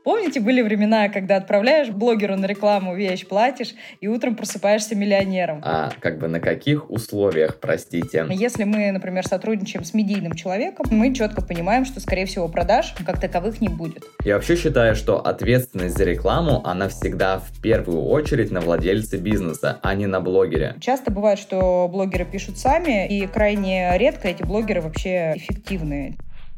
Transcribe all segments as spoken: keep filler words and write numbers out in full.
Помните, были времена, когда отправляешь блогеру на рекламу вещь, платишь, и утром просыпаешься миллионером? А как бы на каких условиях, простите? Если мы, например, сотрудничаем с медийным человеком, мы четко понимаем, что, скорее всего, продаж как таковых не будет. Я вообще считаю, что ответственность за рекламу, она всегда в первую очередь на владельце бизнеса, а не на блогере. Часто бывает, что блогеры пишут сами, и крайне редко эти блогеры вообще эффективные.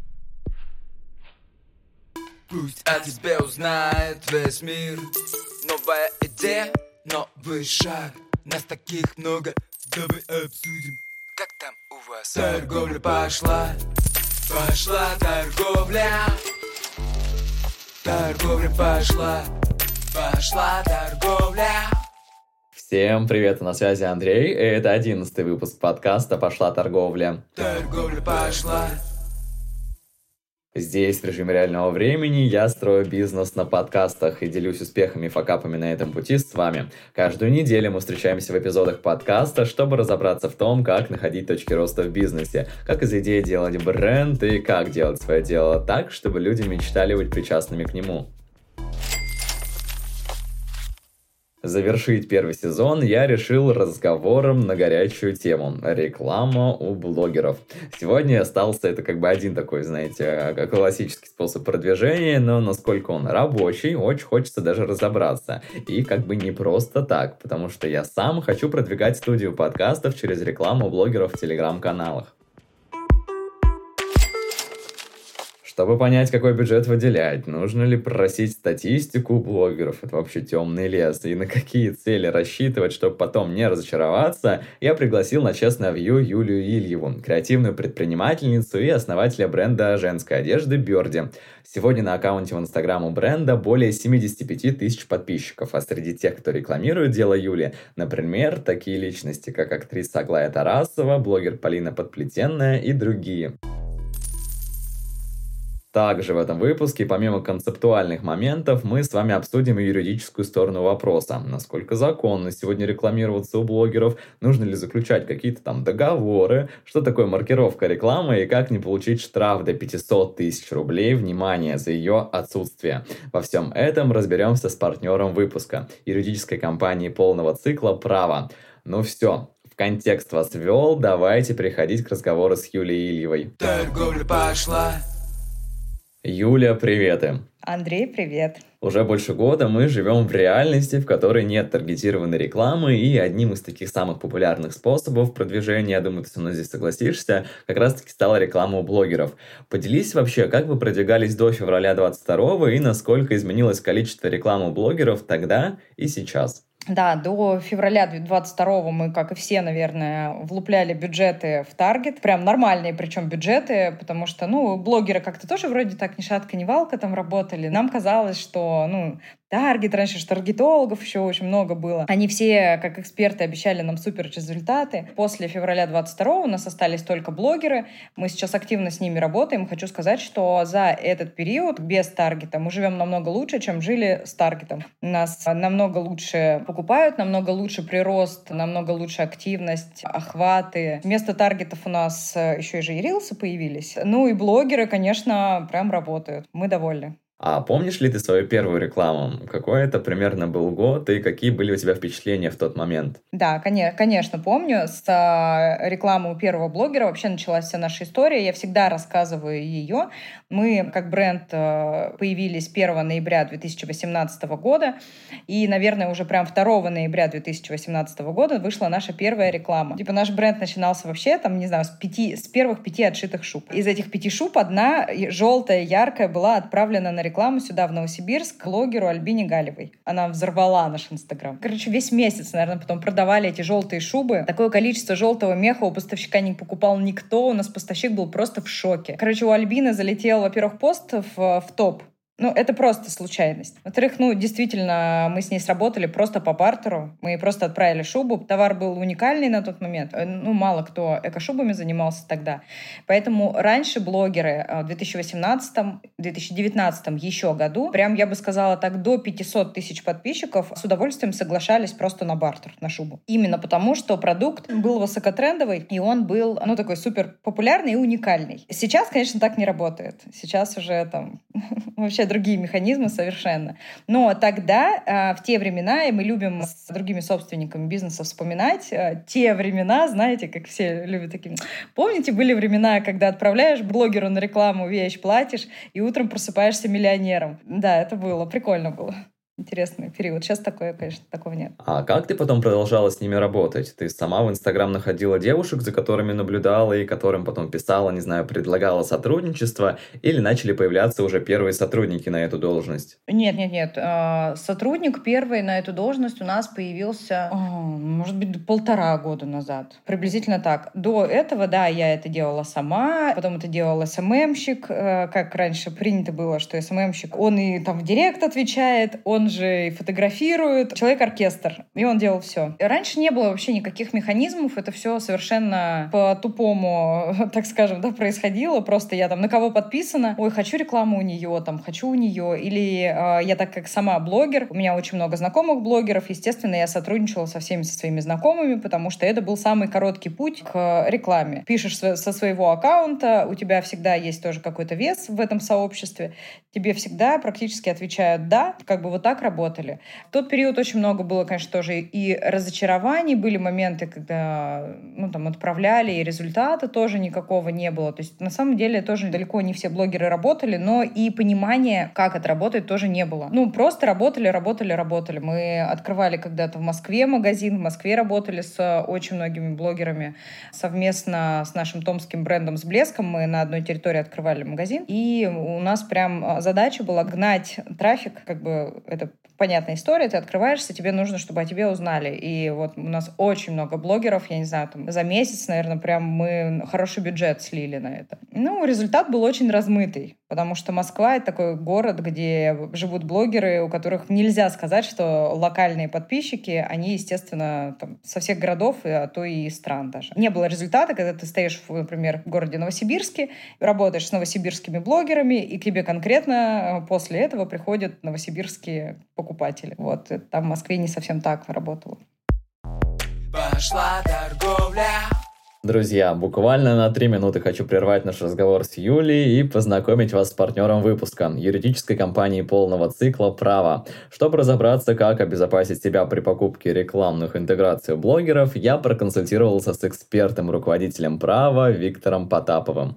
Пусть о тебе узнает весь мир. Новая идея, новый шаг. Нас таких много, давай обсудим. Как там у вас? Торговля пошла, пошла торговля. Торговля пошла, пошла торговля. Всем привет, на связи Андрей, и это одиннадцатый выпуск подкаста «Пошла торговля». Торговля пошла. Здесь в режиме реального времени я строю бизнес на подкастах и делюсь успехами и факапами на этом пути с вами. Каждую неделю мы встречаемся в эпизодах подкаста, чтобы разобраться в том, как находить точки роста в бизнесе, как из идеи делать бренд и как делать свое дело так, чтобы люди мечтали быть причастными к нему. Завершить первый сезон я решил разговором на горячую тему – реклама у блогеров. Сегодня остался это как бы один такой, знаете, классический способ продвижения, но насколько он рабочий, очень хочется даже разобраться. И как бы не просто так, потому что я сам хочу продвигать студию подкастов через рекламу блогеров в телеграм-каналах. Чтобы понять, какой бюджет выделять, нужно ли просить статистику у блогеров, это вообще темный лес, и на какие цели рассчитывать, чтобы потом не разочароваться, я пригласил на Честное Вью Юлию Ильеву, креативную предпринимательницу и основателя бренда женской одежды Бёрди. Сегодня на аккаунте в Инстаграм у бренда более семьдесят пять тысяч подписчиков, а среди тех, кто рекламирует дело Юли, например, такие личности, как актриса Аглая Тарасова, блогер Полина Подплетенная и другие. Также в этом выпуске, помимо концептуальных моментов, мы с вами обсудим и юридическую сторону вопроса. Насколько законно сегодня рекламироваться у блогеров, нужно ли заключать какие-то там договоры, что такое маркировка рекламы и как не получить штраф до пятьсот тысяч рублей, внимание, за ее отсутствие. Во всем этом разберемся с партнером выпуска, юридической компанией полного цикла «Право». Ну все. Контекст вас ввел, давайте переходить к разговору с Юлией Ильевой. Торговля пошла. Юля, привет им. Андрей, привет. Уже больше года мы живем в реальности, в которой нет таргетированной рекламы, и одним из таких самых популярных способов продвижения, я думаю, ты со мной здесь согласишься, как раз-таки стала реклама у блогеров. Поделись вообще, как вы продвигались до февраля двадцать второго и насколько изменилось количество рекламы у блогеров тогда и сейчас? Да, до февраля двадцать второго мы, как и все, наверное, влупляли бюджеты в таргет. Прям нормальные причем бюджеты, потому что, ну, блогеры как-то тоже вроде так ни шатка, ни валка там работали. Нам казалось, что, ну, таргет, раньше же таргетологов еще очень много было. Они все, как эксперты, обещали нам супер результаты. После февраля двадцать второго у нас остались только блогеры. Мы сейчас активно с ними работаем. Хочу сказать, что за этот период без таргета мы живем намного лучше, чем жили с таргетом. У нас намного лучше покупают, намного лучше прирост, намного лучше активность, охваты. Вместо таргетов у нас еще и же и рилсы появились. Ну и блогеры, конечно, прям работают. Мы довольны. А помнишь ли ты свою первую рекламу? Какой это примерно был год и какие были у тебя впечатления в тот момент? Да, конечно, помню. С рекламы у первого блогера вообще началась вся наша история. Я всегда рассказываю ее. Мы, как бренд, появились первого ноября две тысячи восемнадцатого года. И, наверное, уже прям второго ноября две тысячи восемнадцатого года вышла наша первая реклама. Типа наш бренд начинался вообще, там, не знаю, с, пяти, с первых пяти отшитых шуб. Из этих пяти шуб одна желтая, яркая была отправлена на рекламу сюда, в Новосибирск, к блогеру Альбине Галевой. Она взорвала наш Инстаграм. Короче, весь месяц, наверное, потом продавали эти желтые шубы. Такое количество желтого меха у поставщика не покупал никто. У нас поставщик был просто в шоке. Короче, у Альбины залетел, во-первых, пост в, в топ. Ну, это просто случайность. Во-вторых, ну, действительно, мы с ней сработали просто по бартеру. Мы ей просто отправили шубу. Товар был уникальный на тот момент. Ну, мало кто эко-шубами занимался тогда. Поэтому раньше блогеры в две тысячи восемнадцатом — две тысячи девятнадцатом еще году, прям, я бы сказала так, до пятьсот тысяч подписчиков с удовольствием соглашались просто на бартер, на шубу. Именно потому, что продукт был высокотрендовый, и он был, ну, такой супер популярный и уникальный. Сейчас, конечно, так не работает. Сейчас уже там вообще другие механизмы совершенно. Но тогда, в те времена, и мы любим с другими собственниками бизнеса вспоминать, те времена, знаете, как все любят такие... Помните, были времена, когда отправляешь блогеру на рекламу вещь, платишь, и утром просыпаешься миллионером? Да, это было, прикольно было. Интересный период. Сейчас такое, конечно, такого нет. А как ты потом продолжала с ними работать? Ты сама в Инстаграм находила девушек, за которыми наблюдала и которым потом писала, не знаю, предлагала сотрудничество? Или начали появляться уже первые сотрудники на эту должность? Нет, нет, нет. Сотрудник первый на эту должность у нас появился, может быть, полтора года назад. Приблизительно так. До этого, да, я это делала сама. Потом это делал эс эм эм-щик. Как раньше принято было, что эс эм эм-щик, он и там в директ отвечает, он же и фотографирует. Человек-оркестр. И он делал все. Раньше не было вообще никаких механизмов. Это все совершенно по-тупому, так скажем, да, происходило. Просто я там на кого подписана. Ой, хочу рекламу у нее, там, хочу у нее. Или э, я так как сама блогер, у меня очень много знакомых блогеров. Естественно, я сотрудничала со всеми со своими знакомыми, потому что это был самый короткий путь к рекламе. Пишешь со своего аккаунта, у тебя всегда есть тоже какой-то вес в этом сообществе. Тебе всегда практически отвечают «да». Как бы вот так работали. В тот период очень много было, конечно, тоже и разочарований. Были моменты, когда ну, там, отправляли, и результата тоже никакого не было. То есть, на самом деле, тоже далеко не все блогеры работали, но и понимания, как это работает, тоже не было. Ну, просто работали, работали, работали. Мы открывали когда-то в Москве магазин, в Москве работали с очень многими блогерами. Совместно с нашим томским брендом «С блеском» мы на одной территории открывали магазин. И у нас прям задача была гнать трафик, как бы это понятная история, ты открываешься, тебе нужно, чтобы о тебе узнали. И вот у нас очень много блогеров, я не знаю, там за месяц, наверное, прям мы хороший бюджет слили на это. Ну, результат был очень размытый, потому что Москва — это такой город, где живут блогеры, у которых нельзя сказать, что локальные подписчики, они, естественно, там, со всех городов, а то и стран даже. Не было результата, когда ты стоишь, например, в городе Новосибирске, работаешь с новосибирскими блогерами, и к тебе конкретно после этого приходят новосибирские покупатели. Вот. Там в Москве не совсем так работало. Пошла торговля. Друзья, буквально на три минуты хочу прервать наш разговор с Юлией и познакомить вас с партнером выпуска, юридической компанией полного цикла «Право». Чтобы разобраться, как обезопасить себя при покупке рекламных интеграций блогеров, я проконсультировался с экспертом, руководителем «Права» Виктором Потаповым.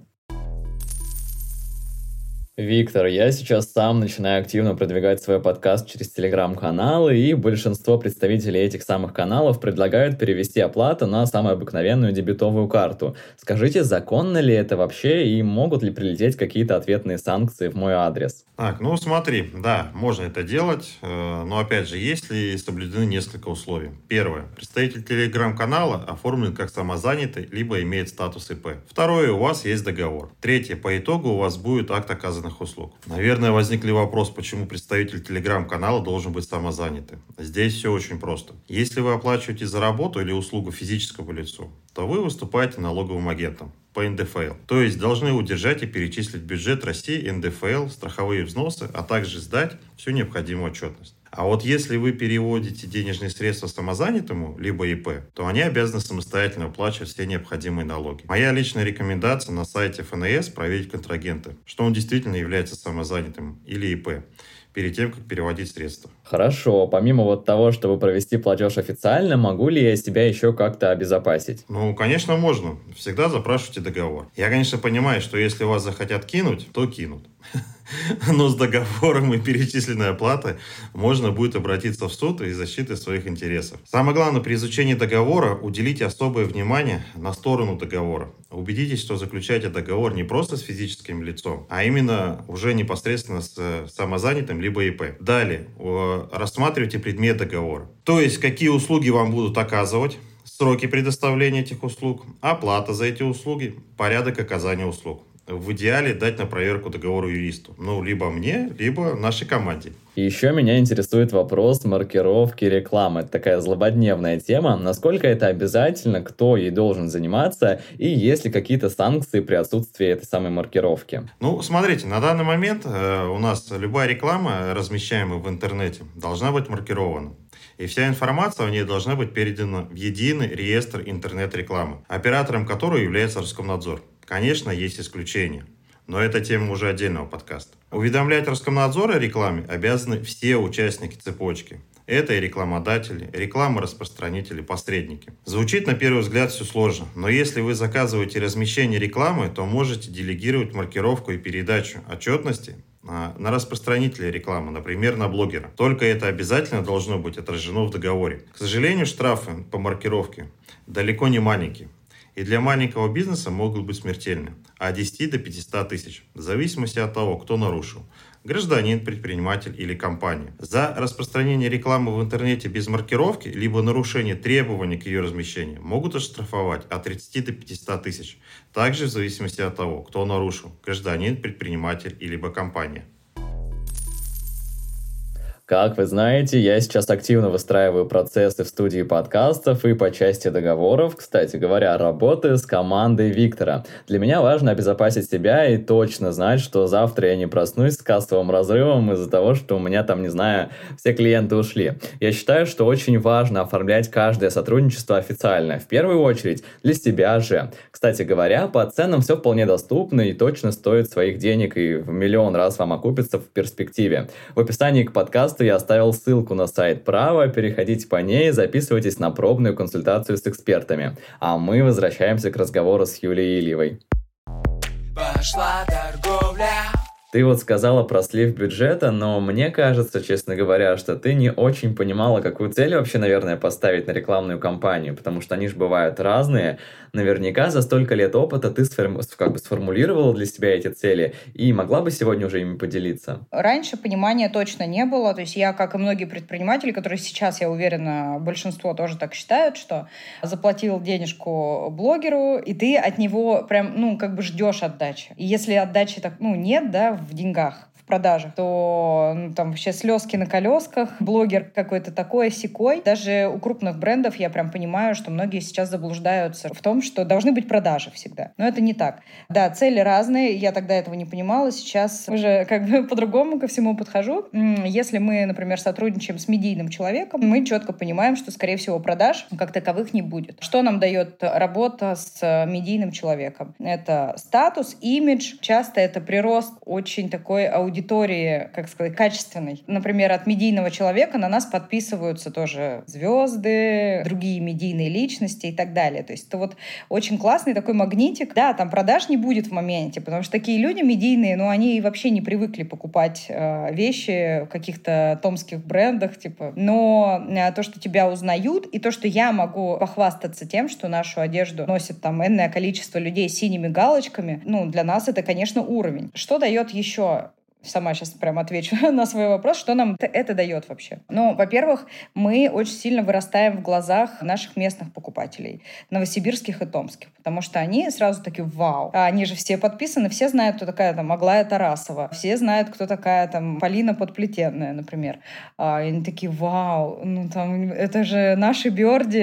Виктор, я сейчас сам начинаю активно продвигать свой подкаст через телеграм-каналы, и большинство представителей этих самых каналов предлагают перевести оплату на самую обыкновенную дебетовую карту. Скажите, законно ли это вообще, и могут ли прилететь какие-то ответные санкции в мой адрес? Так, ну смотри, да, можно это делать, но опять же, есть ли соблюдены несколько условий. Первое. Представитель телеграм-канала оформлен как самозанятый, либо имеет статус ИП. Второе. У вас есть договор. Третье. По итогу у вас будет акт оказанных услуг. Наверное, возник ли вопрос, почему представитель телеграм-канала должен быть самозанятым. Здесь все очень просто. Если вы оплачиваете за работу или услугу физическому лицу, то вы выступаете налоговым агентом по эн дэ эф эл. То есть должны удержать и перечислить в бюджет России эн дэ эф эл, страховые взносы, а также сдать всю необходимую отчетность. А вот если вы переводите денежные средства самозанятому, либо ИП, то они обязаны самостоятельно уплачивать все необходимые налоги. Моя личная рекомендация на сайте эф эн эс проверить контрагента, что он действительно является самозанятым или ИП, перед тем, как переводить средства. Хорошо. Помимо вот того, чтобы провести платеж официально, могу ли я себя еще как-то обезопасить? Ну, конечно, можно. Всегда запрашивайте договор. Я, конечно, понимаю, что если вас захотят кинуть, то кинут. Но с договором и перечисленной оплатой можно будет обратиться в суд из защиты своих интересов. Самое главное, при изучении договора уделите особое внимание на сторону договора. Убедитесь, что заключаете договор не просто с физическим лицом, а именно уже непосредственно с самозанятым либо ИП. Далее, рассматривайте предмет договора. То есть, какие услуги вам будут оказывать, сроки предоставления этих услуг, оплата за эти услуги, порядок оказания услуг. В идеале дать на проверку договору юристу. Ну, либо мне, либо нашей команде. И еще меня интересует вопрос маркировки рекламы. Это такая злободневная тема. Насколько это обязательно, кто ей должен заниматься, и есть ли какие-то санкции при отсутствии этой самой маркировки? Ну, смотрите, на данный момент э, у нас любая реклама, размещаемая в интернете, должна быть маркирована. И вся информация о ней должна быть передана в единый реестр интернет-рекламы, оператором которого является Роскомнадзор. Конечно, есть исключения. Но это тема уже отдельного подкаста. Уведомлять Роскомнадзор о рекламе обязаны все участники цепочки. Это и рекламодатели, рекламораспространители, посредники. Звучит на первый взгляд все сложно, но если вы заказываете размещение рекламы, то можете делегировать маркировку и передачу отчетности на распространителя рекламы, например, на блогера. Только это обязательно должно быть отражено в договоре. К сожалению, штрафы по маркировке далеко не маленькие. И для маленького бизнеса могут быть смертельны. От десяти до пятисот тысяч, в зависимости от того, кто нарушил. Гражданин, предприниматель или компания. За распространение рекламы в интернете без маркировки, либо нарушение требований к ее размещению, могут оштрафовать от тридцати до пятисот тысяч. Также в зависимости от того, кто нарушил. Гражданин, предприниматель или компания. Как вы знаете, я сейчас активно выстраиваю процессы в студии подкастов и по части договоров. Кстати говоря, работаю с командой Виктора. Для меня важно обезопасить себя и точно знать, что завтра я не проснусь с кассовым разрывом из-за того, что у меня там, не знаю, все клиенты ушли. Я считаю, что очень важно оформлять каждое сотрудничество официально, в первую очередь для себя же. Кстати говоря, по ценам все вполне доступно и точно стоит своих денег и в миллион раз вам окупится в перспективе. В описании к подкасту я оставил ссылку на сайт Право, переходите по ней, записывайтесь на пробную консультацию с экспертами. А мы возвращаемся к разговору с Юлией Ильевой. Пошла торговля. Ты вот сказала про слив бюджета, но мне кажется, честно говоря, что ты не очень понимала, какую цель вообще, наверное, поставить на рекламную кампанию, потому что они же бывают разные. Наверняка за столько лет опыта ты сформ... как бы сформулировала для себя эти цели и могла бы сегодня уже ими поделиться? Раньше понимания точно не было. То есть я, как и многие предприниматели, которые сейчас, я уверена, большинство тоже так считают, что заплатил денежку блогеру, и ты от него прям, ну, как бы ждешь отдачи. И если отдачи так, ну, нет, да, в деньгах, в продажах, то ну, там вообще слезки на колесках, блогер какой-то такой сякой. Даже у крупных брендов я прям понимаю, что многие сейчас заблуждаются в том, что должны быть продажи всегда. Но это не так. Да, цели разные, я тогда этого не понимала, сейчас уже как бы по-другому ко всему подхожу. Если мы, например, сотрудничаем с медийным человеком, мы четко понимаем, что, скорее всего, продаж как таковых не будет. Что нам дает работа с медийным человеком? Это статус, имидж, часто это прирост очень такой аудитории, аудитории, как сказать, качественной. Например, от медийного человека на нас подписываются тоже звезды, другие медийные личности и так далее. То есть это вот очень классный такой магнитик. Да, там продаж не будет в моменте, потому что такие люди медийные, ну, они вообще не привыкли покупать э, вещи в каких-то томских брендах, типа. Но э, то, что тебя узнают, и то, что я могу похвастаться тем, что нашу одежду носит там энное количество людей с синими галочками, ну, для нас это, конечно, уровень. Что дает еще? Сама сейчас прям отвечу на свой вопрос, что нам это дает вообще. Ну, во-первых, мы очень сильно вырастаем в глазах наших местных покупателей, новосибирских и томских, потому что они сразу такие «Вау!». Они же все подписаны, все знают, кто такая там Аглая Тарасова, все знают, кто такая там Полина Подплетенная, например. И они такие «Вау! Ну, там, это же наши Бёрди,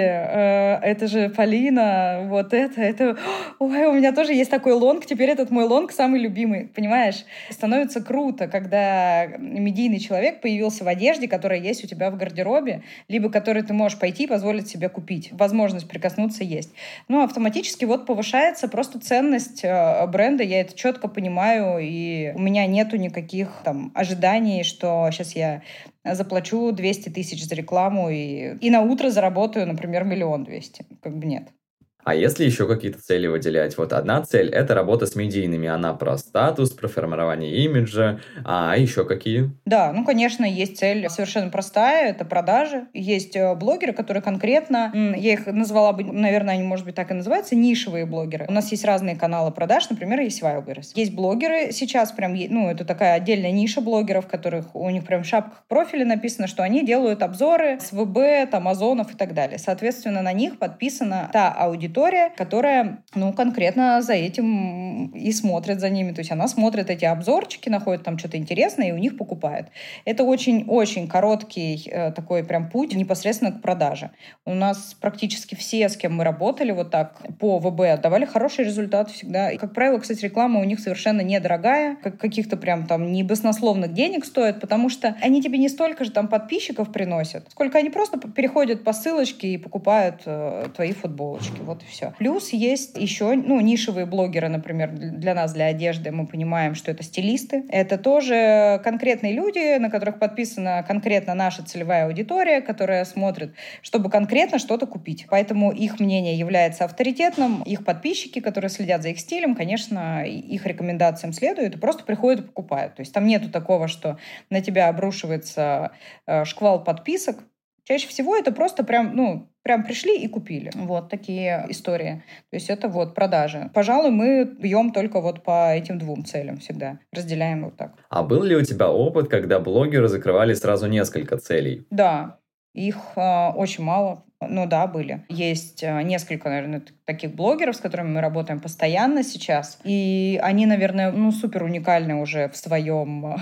это же Полина, вот это, это... Ой, у меня тоже есть такой лонг, теперь этот мой лонг самый любимый». Понимаешь? Становится круто, когда медийный человек появился в одежде, которая есть у тебя в гардеробе, либо которую ты можешь пойти и позволить себе купить. Возможность прикоснуться есть. Ну, автоматически вот повышается просто ценность бренда, я это четко понимаю, и у меня нету никаких там ожиданий, что сейчас я заплачу двести тысяч за рекламу и, и на утро заработаю, например, миллион двести. Как бы нет. А если еще какие-то цели выделять? Вот одна цель – это работа с медийными. Она про статус, про формирование имиджа. А еще какие? Да, ну, конечно, есть цель совершенно простая – это продажи. Есть блогеры, которые конкретно, я их назвала бы, наверное, они, может быть, так и называются, нишевые блогеры. У нас есть разные каналы продаж, например, есть Wildberries. Есть блогеры сейчас прям, ну, это такая отдельная ниша блогеров, которых у них прям в шапках профиля написано, что они делают обзоры с ВБ, там, Озонов и так далее. Соответственно, на них подписана та аудитория, которая, ну, конкретно за этим и смотрит за ними. То есть она смотрит эти обзорчики, находит там что-то интересное и у них покупает. Это очень-очень короткий э, такой прям путь непосредственно к продаже. У нас практически все, с кем мы работали вот так по ВБ, давали хороший результат всегда. И, как правило, кстати, реклама у них совершенно недорогая, как каких-то прям там не баснословных денег стоит, потому что они тебе не столько же там подписчиков приносят, сколько они просто переходят по ссылочке и покупают э, твои футболочки. Вот Вот и все. Плюс есть еще, ну, нишевые блогеры, например, для нас, для одежды, мы понимаем, что это стилисты. Это тоже конкретные люди, на которых подписана конкретно наша целевая аудитория, которая смотрит, чтобы конкретно что-то купить. Поэтому их мнение является авторитетным, их подписчики, которые следят за их стилем, конечно, их рекомендациям следуют и просто приходят и покупают. То есть там нету такого, что на тебя обрушивается э, шквал подписок. Чаще всего это просто прям, ну, прям пришли и купили. Вот такие истории. То есть это вот продажи. Пожалуй, мы бьем только вот по этим двум целям всегда. Разделяем вот так. А был ли у тебя опыт, когда блогеры закрывали сразу несколько целей? Да, их э, очень мало. Ну да, были. Есть э, несколько, наверное, таких блогеров, с которыми мы работаем постоянно сейчас. И они, наверное, ну, супер уникальны уже в своем,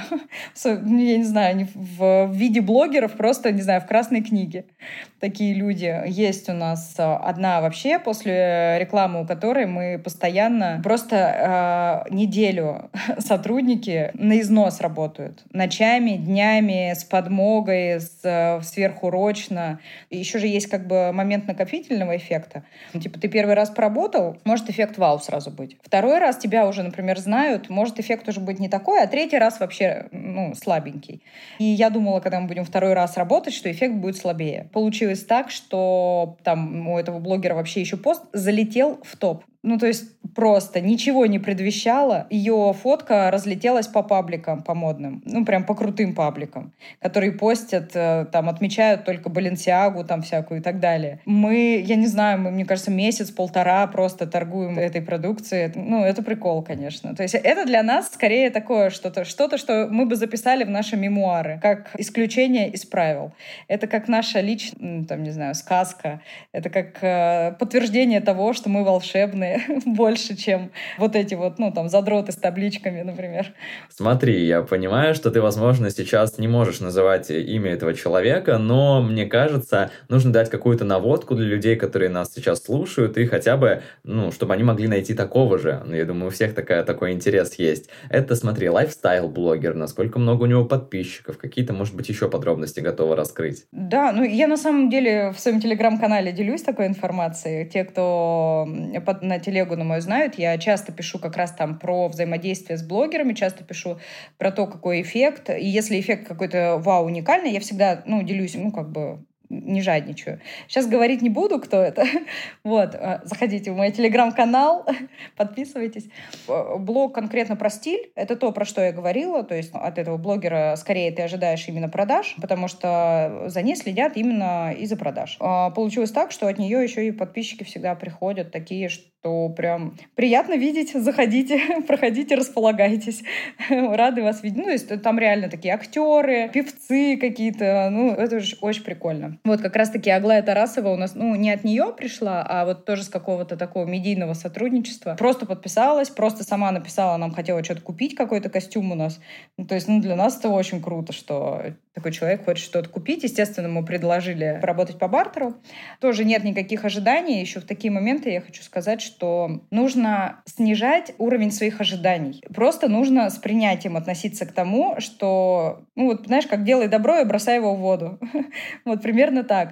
я не знаю, в виде блогеров, просто, не знаю, в красной книге. Такие люди. Есть у нас одна вообще, после рекламы у которой мы постоянно просто э, неделю сотрудники на износ работают. Ночами, днями, с подмогой, с, сверхурочно. Еще же есть как бы момент накопительного эффекта. Ну, типа ты первый раз поработал, может эффект вау сразу быть. Второй раз тебя уже, например, знают, может эффект уже быть не такой, а третий раз вообще, ну, слабенький. И я думала, когда мы будем второй раз работать, что эффект будет слабее. Получилось так, что там у этого блогера вообще еще пост залетел в топ. Ну, то есть просто ничего не предвещало. Ее фотка разлетелась по пабликам, по модным. Ну, прям по крутым пабликам, которые постят, там, отмечают только Баленсиагу, там, всякую и так далее. Мы, я не знаю, мы, мне кажется, месяц-полтора просто торгуем этой продукцией. Ну, это прикол, конечно. То есть это для нас скорее такое что-то, что-то, что мы бы записали в наши мемуары, как исключение из правил. Это как наша личная, там, не знаю, сказка. Это как э, подтверждение того, что мы волшебные больше, чем вот эти вот, ну, там, задроты с табличками, например. Смотри, я понимаю, что ты, возможно, сейчас не можешь называть имя этого человека, но, мне кажется, нужно дать какую-то наводку для людей, которые нас сейчас слушают, и хотя бы, ну, чтобы они могли найти такого же. Я думаю, у всех такая, такой интерес есть. Это, смотри, лайфстайл-блогер, насколько много у него подписчиков, какие-то, может быть, еще подробности готовы раскрыть? Да, ну, я на самом деле в своем телеграм-канале делюсь такой информацией. Те, кто под, на телегу, на мою, знают, я часто пишу как раз там про взаимодействие с блогерами, часто пишу про то, какой эффект. И если эффект какой-то вау, уникальный, я всегда, ну, делюсь, ну, как бы не жадничаю. Сейчас говорить не буду, кто это. Вот, заходите в мой телеграм-канал, подписывайтесь. Блог конкретно про стиль. Это то, про что я говорила. То есть от этого блогера скорее ты ожидаешь именно продаж, потому что за ней следят именно из-за продаж. Получилось так, что от нее еще и подписчики всегда приходят такие, что прям приятно видеть. Заходите, проходите, располагайтесь. Рады вас видеть. Ну, то есть там реально такие актеры, певцы какие-то. Ну, это же очень прикольно. Вот как раз-таки Аглая Тарасова у нас, ну, не от нее пришла, а вот тоже с какого-то такого медийного сотрудничества. Просто подписалась, просто сама написала, нам хотела что-то купить, какой-то костюм у нас. Ну, то есть, ну, для нас это очень круто, что такой человек хочет что-то купить. Естественно, мы предложили поработать по бартеру. Тоже нет никаких ожиданий. Еще в такие моменты я хочу сказать, что нужно снижать уровень своих ожиданий. Просто нужно с принятием относиться к тому, что, ну, вот, знаешь, как делай добро и бросай его в воду. Вот примерно так.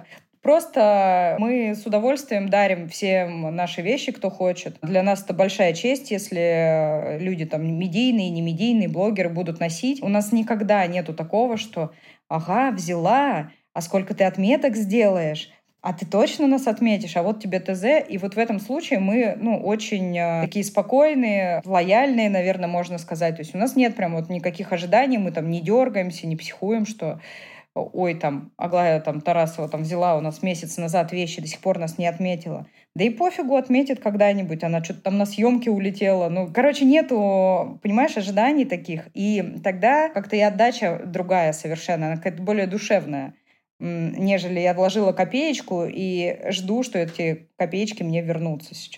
Просто мы с удовольствием дарим всем наши вещи, кто хочет. Для нас это большая честь, если люди там медийные, не медийные, блогеры будут носить. У нас никогда нету такого, что «ага, взяла, а сколько ты отметок сделаешь?» А ты точно нас отметишь, а вот тебе ТЗ. И вот в этом случае мы, ну, очень э, такие спокойные, лояльные, наверное, можно сказать. То есть у нас нет прям вот никаких ожиданий, мы там не дергаемся, не психуем, что ой, там, Аглая там, Тарасова там, взяла у нас месяц назад вещи, до сих пор нас не отметила. Да и пофигу, отметит когда-нибудь, она что-то там на съемки улетела. Ну, короче, нету, понимаешь, ожиданий таких. И тогда как-то и отдача другая совершенно, она какая-то более душевная, нежели я вложила копеечку и жду, что эти копеечки мне вернутся сейчас.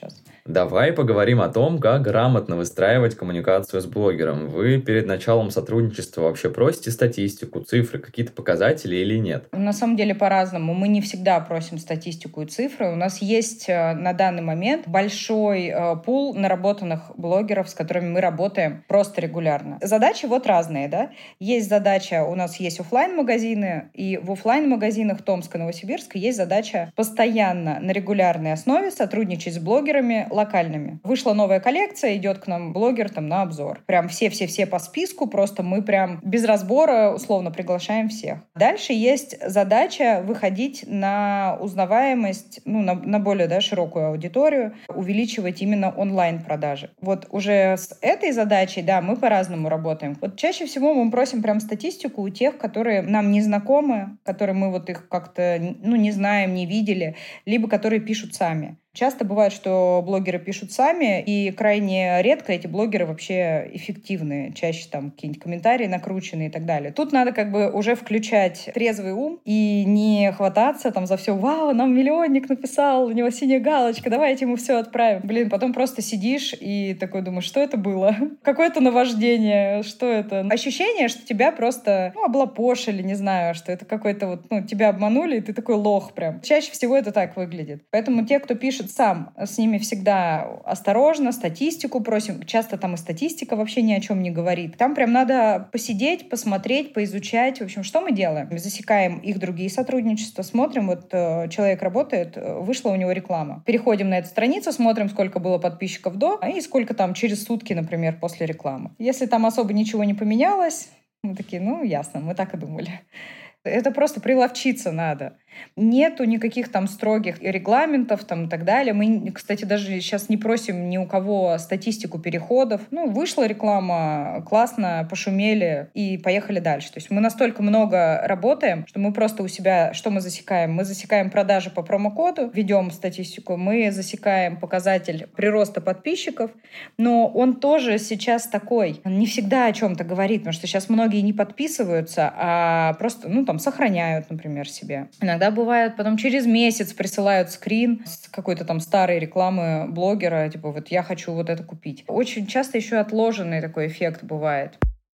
Давай поговорим о том, как грамотно выстраивать коммуникацию с блогером. Вы перед началом сотрудничества вообще просите статистику, цифры, какие-то показатели или нет? На самом деле по-разному. Мы не всегда просим статистику и цифры. У нас есть на данный момент большой пул наработанных блогеров, с которыми мы работаем просто регулярно. Задачи вот разные, да. Есть задача, у нас есть офлайн-магазины, и в офлайн-магазинах Томска, Новосибирска есть задача постоянно на регулярной основе сотрудничать с блогерами локальными. Вышла новая коллекция, идет к нам блогер там на обзор. Прям все-все-все по списку, просто мы прям без разбора условно приглашаем всех. Дальше есть задача выходить на узнаваемость, ну, на, на более да, широкую аудиторию, увеличивать именно онлайн-продажи. Вот уже с этой задачей, да, мы по-разному работаем. Вот чаще всего мы просим прям статистику у тех, которые нам не знакомы, которые мы вот их как-то, ну, не знаем, не видели, либо которые пишут сами. Часто бывает, что блогеры пишут сами, и крайне редко эти блогеры вообще эффективны. Чаще там какие-нибудь комментарии накрученные и так далее. Тут надо как бы уже включать трезвый ум и не хвататься там за все. Вау, нам миллионник написал, у него синяя галочка, давайте ему все отправим. Блин, потом просто сидишь и такой думаешь, что это было? Какое-то наваждение, что это? Ощущение, что тебя просто ну, облапошили, не знаю, что это какой-то вот, ну, тебя обманули, и ты такой лох прям. Чаще всего это так выглядит. Поэтому те, кто пишет сам, с ними всегда осторожно, статистику просим. Часто там и статистика вообще ни о чем не говорит. Там прям надо посидеть, посмотреть, поизучать. В общем, что мы делаем? Мы засекаем их другие сотрудничества, смотрим, вот э, человек работает, вышла у него реклама. Переходим на эту страницу, смотрим, сколько было подписчиков до и сколько там через сутки, например, после рекламы. Если там особо ничего не поменялось, мы такие, ну, ясно, мы так и думали. Это просто приловчиться надо. Нету никаких там строгих регламентов там, и так далее. Мы, кстати, даже сейчас не просим ни у кого статистику переходов. Ну, вышла реклама, классно, пошумели и поехали дальше. То есть мы настолько много работаем, что мы просто у себя, что мы засекаем? Мы засекаем продажи по промокоду, ведем статистику, мы засекаем показатель прироста подписчиков, но он тоже сейчас такой, он не всегда о чем-то говорит, потому что сейчас многие не подписываются, а просто, ну, там, сохраняют, например, себе. Иногда бывает, потом через месяц присылают скрин с какой-то там старой рекламы блогера, типа вот я хочу вот это купить. Очень часто еще отложенный такой эффект бывает.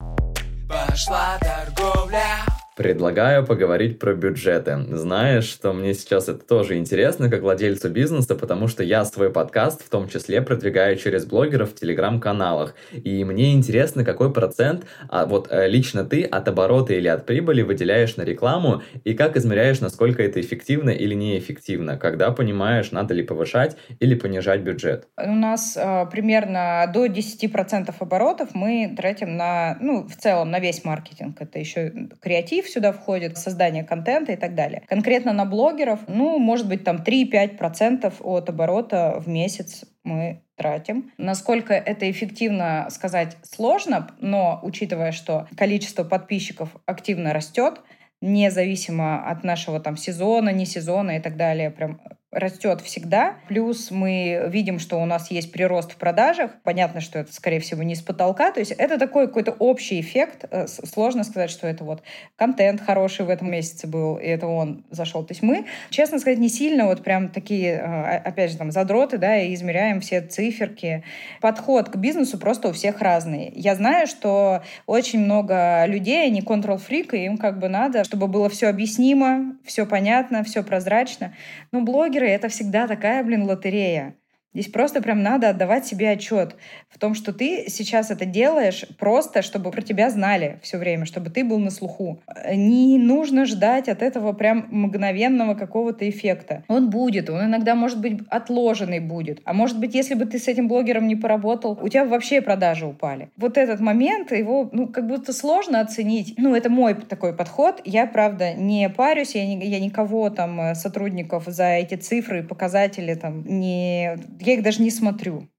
Пошла торговля. Предлагаю поговорить про бюджеты. Знаешь, что мне сейчас это тоже интересно, как владельцу бизнеса, потому что я свой подкаст в том числе продвигаю через блогеров в телеграм-каналах. И мне интересно, какой процент а вот лично ты от оборота или от прибыли выделяешь на рекламу, и как измеряешь, насколько это эффективно или неэффективно, когда понимаешь, надо ли повышать или понижать бюджет. У нас э, примерно до десять процентов оборотов мы тратим на, ну, в целом на весь маркетинг. Это еще креатив сюда входит, создание контента и так далее. Конкретно на блогеров, ну, может быть, там три-пять процентов от оборота в месяц мы тратим. Насколько это эффективно сказать сложно, но учитывая, что количество подписчиков активно растет, независимо от нашего там сезона, не сезона и так далее, прям растет всегда. Плюс мы видим, что у нас есть прирост в продажах. Понятно, что это, скорее всего, не с потолка. То есть это такой какой-то общий эффект. Сложно сказать, что это вот контент хороший в этом месяце был, и это он зашел. То есть мы, честно сказать, не сильно вот прям такие, опять же, там, задроты, да, и измеряем все циферки. Подход к бизнесу просто у всех разный. Я знаю, что очень много людей, они контрол-фрик, и им как бы надо, чтобы было все объяснимо, все понятно, все прозрачно. Но блогеры — это всегда такая, блин, лотерея. Здесь просто прям надо отдавать себе отчет в том, что ты сейчас это делаешь просто, чтобы про тебя знали все время, чтобы ты был на слуху. Не нужно ждать от этого прям мгновенного какого-то эффекта. Он будет, он иногда, может быть, отложенный будет. А может быть, если бы ты с этим блогером не поработал, у тебя вообще продажи упали. Вот этот момент, его, ну, как будто сложно оценить. Ну, это мой такой подход. Я, правда, не парюсь, я, не, я никого там, сотрудников за эти цифры и показатели там не... Я их даже не смотрю.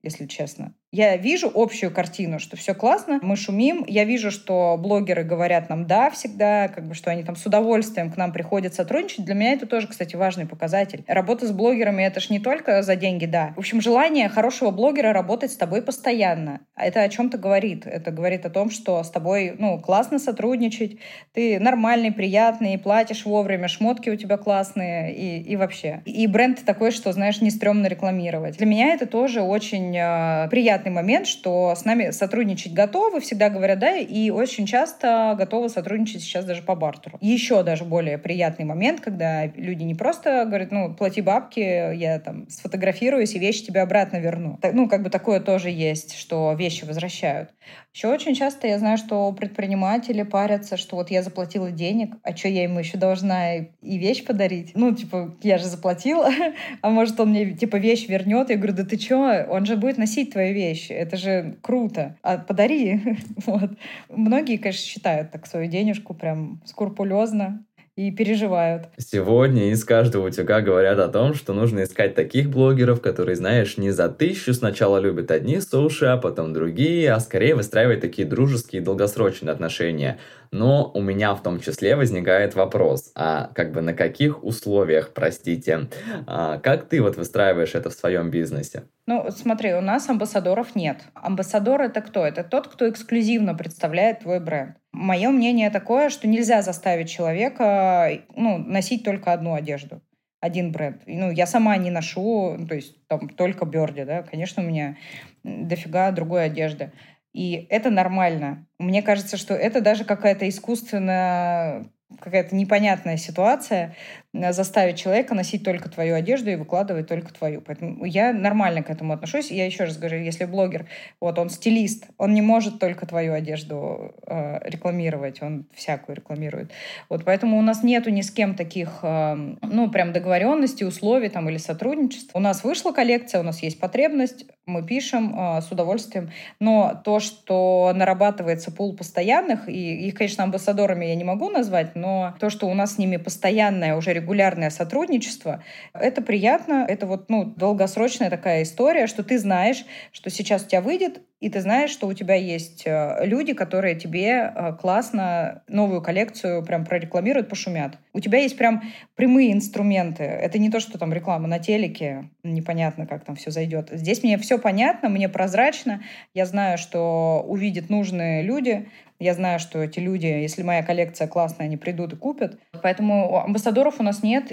если честно. Я вижу общую картину, что все классно, мы шумим. Я вижу, что блогеры говорят нам «да» всегда, как бы, что они там с удовольствием к нам приходят сотрудничать. Для меня это тоже, кстати, важный показатель. Работа с блогерами — это ж не только за деньги «да». В общем, желание хорошего блогера работать с тобой постоянно. Это о чем-то говорит. Это говорит о том, что с тобой, ну, классно сотрудничать, ты нормальный, приятный, платишь вовремя, шмотки у тебя классные и, и вообще. И бренд такой, что, знаешь, не стрёмно рекламировать. Для меня это тоже очень э, приятный момент, что с нами сотрудничать готовы, всегда говорят «да», и очень часто готовы сотрудничать сейчас даже по бартеру. Еще даже более приятный момент, когда люди не просто говорят, ну, плати бабки, я там сфотографируюсь и вещи тебе обратно верну. Ну, как бы такое тоже есть, что вещи возвращают. Еще очень часто я знаю, что предприниматели парятся, что вот я заплатила денег, а что я ему еще должна и вещь подарить? Ну, типа, я же заплатила, а может он мне, типа, вещь вернет? Я говорю, да ты что, он же будет носить твою вещь, это же круто, а подари. Вот. Многие, конечно, считают так свою денежку прям скрупулезно и переживают. Сегодня из каждого утюга говорят о том, что нужно искать таких блогеров, которые, знаешь, не за тысячу сначала любят одни суши, а потом другие, а скорее выстраивать такие дружеские и долгосрочные отношения. Но у меня в том числе возникает вопрос, а как бы на каких условиях, простите, а как ты вот выстраиваешь это в своем бизнесе? Ну, смотри, у нас амбассадоров нет. Амбассадор — это кто? Это тот, кто эксклюзивно представляет твой бренд. Мое мнение такое, что нельзя заставить человека, ну, носить только одну одежду, один бренд. Ну, я сама не ношу, то есть там только Бёрди, да, конечно, у меня дофига другой одежды. И это нормально. Мне кажется, что это даже какая-то искусственная, какая-то непонятная ситуация, заставить человека носить только твою одежду и выкладывать только твою. Поэтому я нормально к этому отношусь. Я еще раз говорю, если блогер, вот он стилист, он не может только твою одежду э, рекламировать, он всякую рекламирует. Вот поэтому у нас нету ни с кем таких, э, ну, прям договоренностей, условий там или сотрудничества. У нас вышла коллекция, у нас есть потребность, мы пишем э, с удовольствием. Но то, что нарабатывается пул постоянных, и их, конечно, амбассадорами я не могу назвать, но то, что у нас с ними постоянное уже регулярное сотрудничество, это приятно, это вот, ну, долгосрочная такая история, что ты знаешь, что сейчас у тебя выйдет, и ты знаешь, что у тебя есть люди, которые тебе классно новую коллекцию прям прорекламируют, пошумят. У тебя есть прям прямые инструменты. Это не то, что там реклама на телеке, непонятно, как там все зайдет. Здесь мне все понятно, мне прозрачно, я знаю, что увидят нужные люди, я знаю, что эти люди, если моя коллекция классная, они придут и купят. Поэтому амбассадоров у нас нет,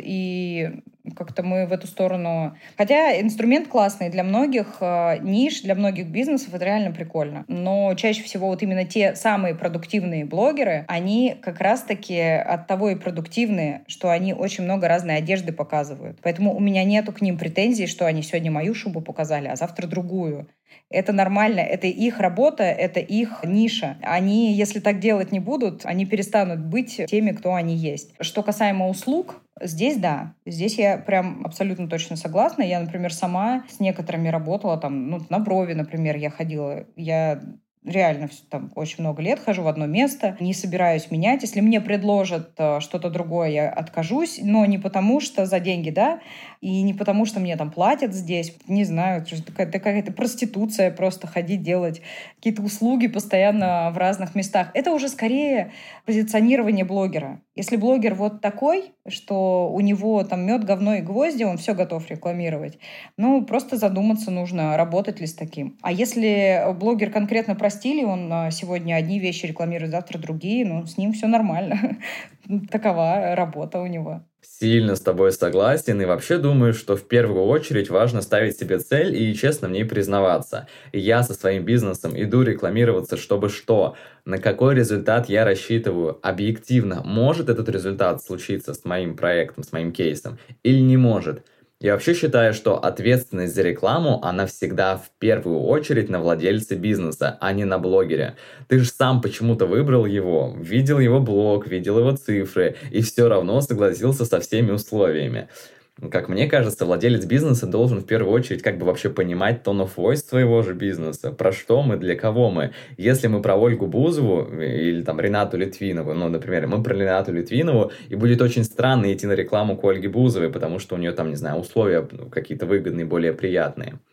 и как-то мы в эту сторону... Хотя инструмент классный для многих э, ниш, для многих бизнесов, это реально прикольно. Но чаще всего вот именно те самые продуктивные блогеры, они как раз-таки от того и продуктивные, что они очень много разной одежды показывают. Поэтому у меня нету к ним претензий, что они сегодня мою шубу показали, а завтра другую. Это нормально, это их работа, это их ниша. Они, если так делать не будут, они перестанут быть теми, кто они есть. Что касаемо услуг, здесь да, здесь я прям абсолютно точно согласна. Я, например, сама с некоторыми работала, там, ну, на брови, например, я ходила. Я реально там очень много лет хожу в одно место, не собираюсь менять. Если мне предложат что-то другое, я откажусь, но не потому, что за деньги, да, и не потому, что мне там платят здесь, не знаю, это какая-то проституция, просто ходить, делать какие-то услуги постоянно в разных местах. Это уже скорее позиционирование блогера. Если блогер вот такой, что у него там мед, говно и гвозди, он все готов рекламировать, ну, просто задуматься нужно, работать ли с таким. А если блогер конкретно про стиль, он сегодня одни вещи рекламирует, завтра другие, ну, с ним все нормально. Такова работа у него. Сильно с тобой согласен и вообще думаю, что в первую очередь важно ставить себе цель и честно в ней признаваться. Я со своим бизнесом иду рекламироваться, чтобы что? На какой результат я рассчитываю? Объективно, может этот результат случиться с моим проектом, с моим кейсом или не может? Я вообще считаю, что ответственность за рекламу, она всегда в первую очередь на владельце бизнеса, а не на блогере. Ты же сам почему-то выбрал его, видел его блог, видел его цифры и все равно согласился со всеми условиями. Как мне кажется, владелец бизнеса должен в первую очередь как бы вообще понимать tone of voice своего же бизнеса, про что мы, для кого мы. Если мы про Ольгу Бузову или там Ренату Литвинову, ну, например, мы про Ренату Литвинову, и будет очень странно идти на рекламу к Ольге Бузовой, потому что у нее там, не знаю, условия какие-то выгодные, более приятные.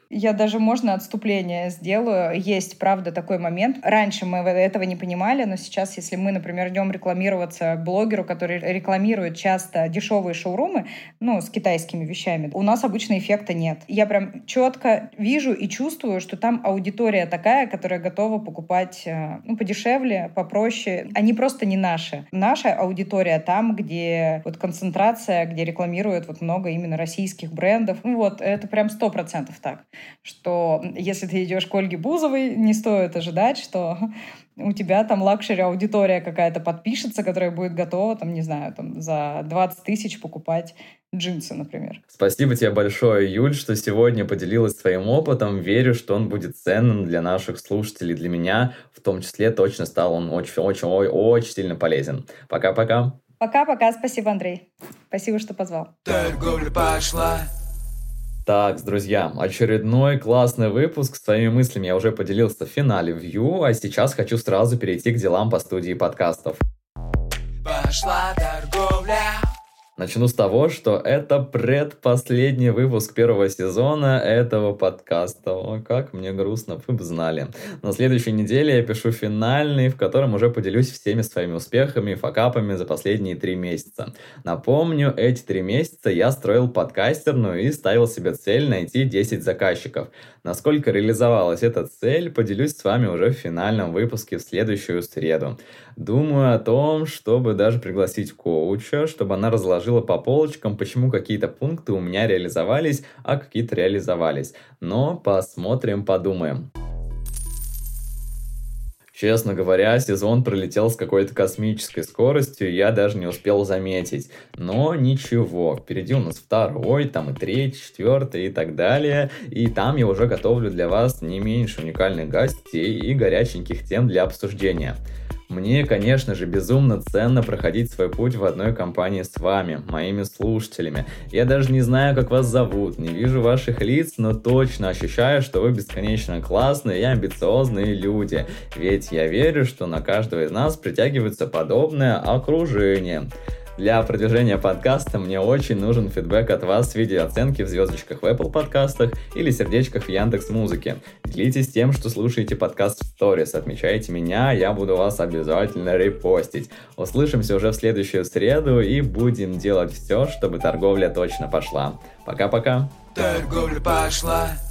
Я даже, можно, отступление сделаю. Есть, правда, такой момент. Раньше мы этого не понимали, но сейчас, если мы, например, идем рекламироваться к блогеру, который рекламирует часто дешевые шоурумы, ну, с китайскими вещами, у нас обычно эффекта нет. Я прям четко вижу и чувствую, что там аудитория такая, которая готова покупать, ну, подешевле, попроще. Они просто не наши. Наша аудитория там, где вот концентрация, где рекламируют вот много именно российских брендов. Ну вот, это прям сто процентов так. Что если ты идешь к Ольге Бузовой, не стоит ожидать, что у тебя там лакшери-аудитория какая-то подпишется, которая будет готова, там, не знаю, там, за двадцать тысяч покупать джинсы, например. Спасибо тебе большое, Юль, что сегодня поделилась своим опытом. Верю, что он будет ценным для наших слушателей, для меня в том числе. Точно стал он очень-очень-очень сильно полезен. Пока-пока. Пока-пока. Спасибо, Андрей. Спасибо, что позвал. Торговля пошла. Так, друзья, очередной классный выпуск. Своими мыслями я уже поделился в финале View, а сейчас хочу сразу перейти к делам по студии подкастов. Пошла торговля. Начну с того, что это предпоследний выпуск первого сезона этого подкаста. О, как мне грустно, вы бы знали. На следующей неделе я пишу финальный, в котором уже поделюсь всеми своими успехами и факапами за последние три месяца. Напомню, эти три месяца я строил подкастерную и ставил себе цель найти десять заказчиков. Насколько реализовалась эта цель, поделюсь с вами уже в финальном выпуске в следующую среду. Думаю о том, чтобы даже пригласить коуча, чтобы она разложила по полочкам, почему какие-то пункты у меня реализовались, а какие-то реализовались. Но посмотрим, подумаем. Честно говоря, сезон пролетел с какой-то космической скоростью, я даже не успел заметить. Но ничего, впереди у нас второй, там и третий, четвертый и так далее. И там я уже готовлю для вас не меньше уникальных гостей и горяченьких тем для обсуждения. Мне, конечно же, безумно ценно проходить свой путь в одной компании с вами, моими слушателями. Я даже не знаю, как вас зовут, не вижу ваших лиц, но точно ощущаю, что вы бесконечно классные и амбициозные люди. Ведь я верю, что на каждого из нас притягивается подобное окружение. Для продвижения подкаста мне очень нужен фидбэк от вас в виде оценки в звездочках в Apple подкастах или сердечках в Яндекс.Музыке. Делитесь тем, что слушаете подкаст в сторис, отмечайте меня, я буду вас обязательно репостить. Услышимся уже в следующую среду и будем делать все, чтобы торговля точно пошла. Пока-пока. Торговля пошла.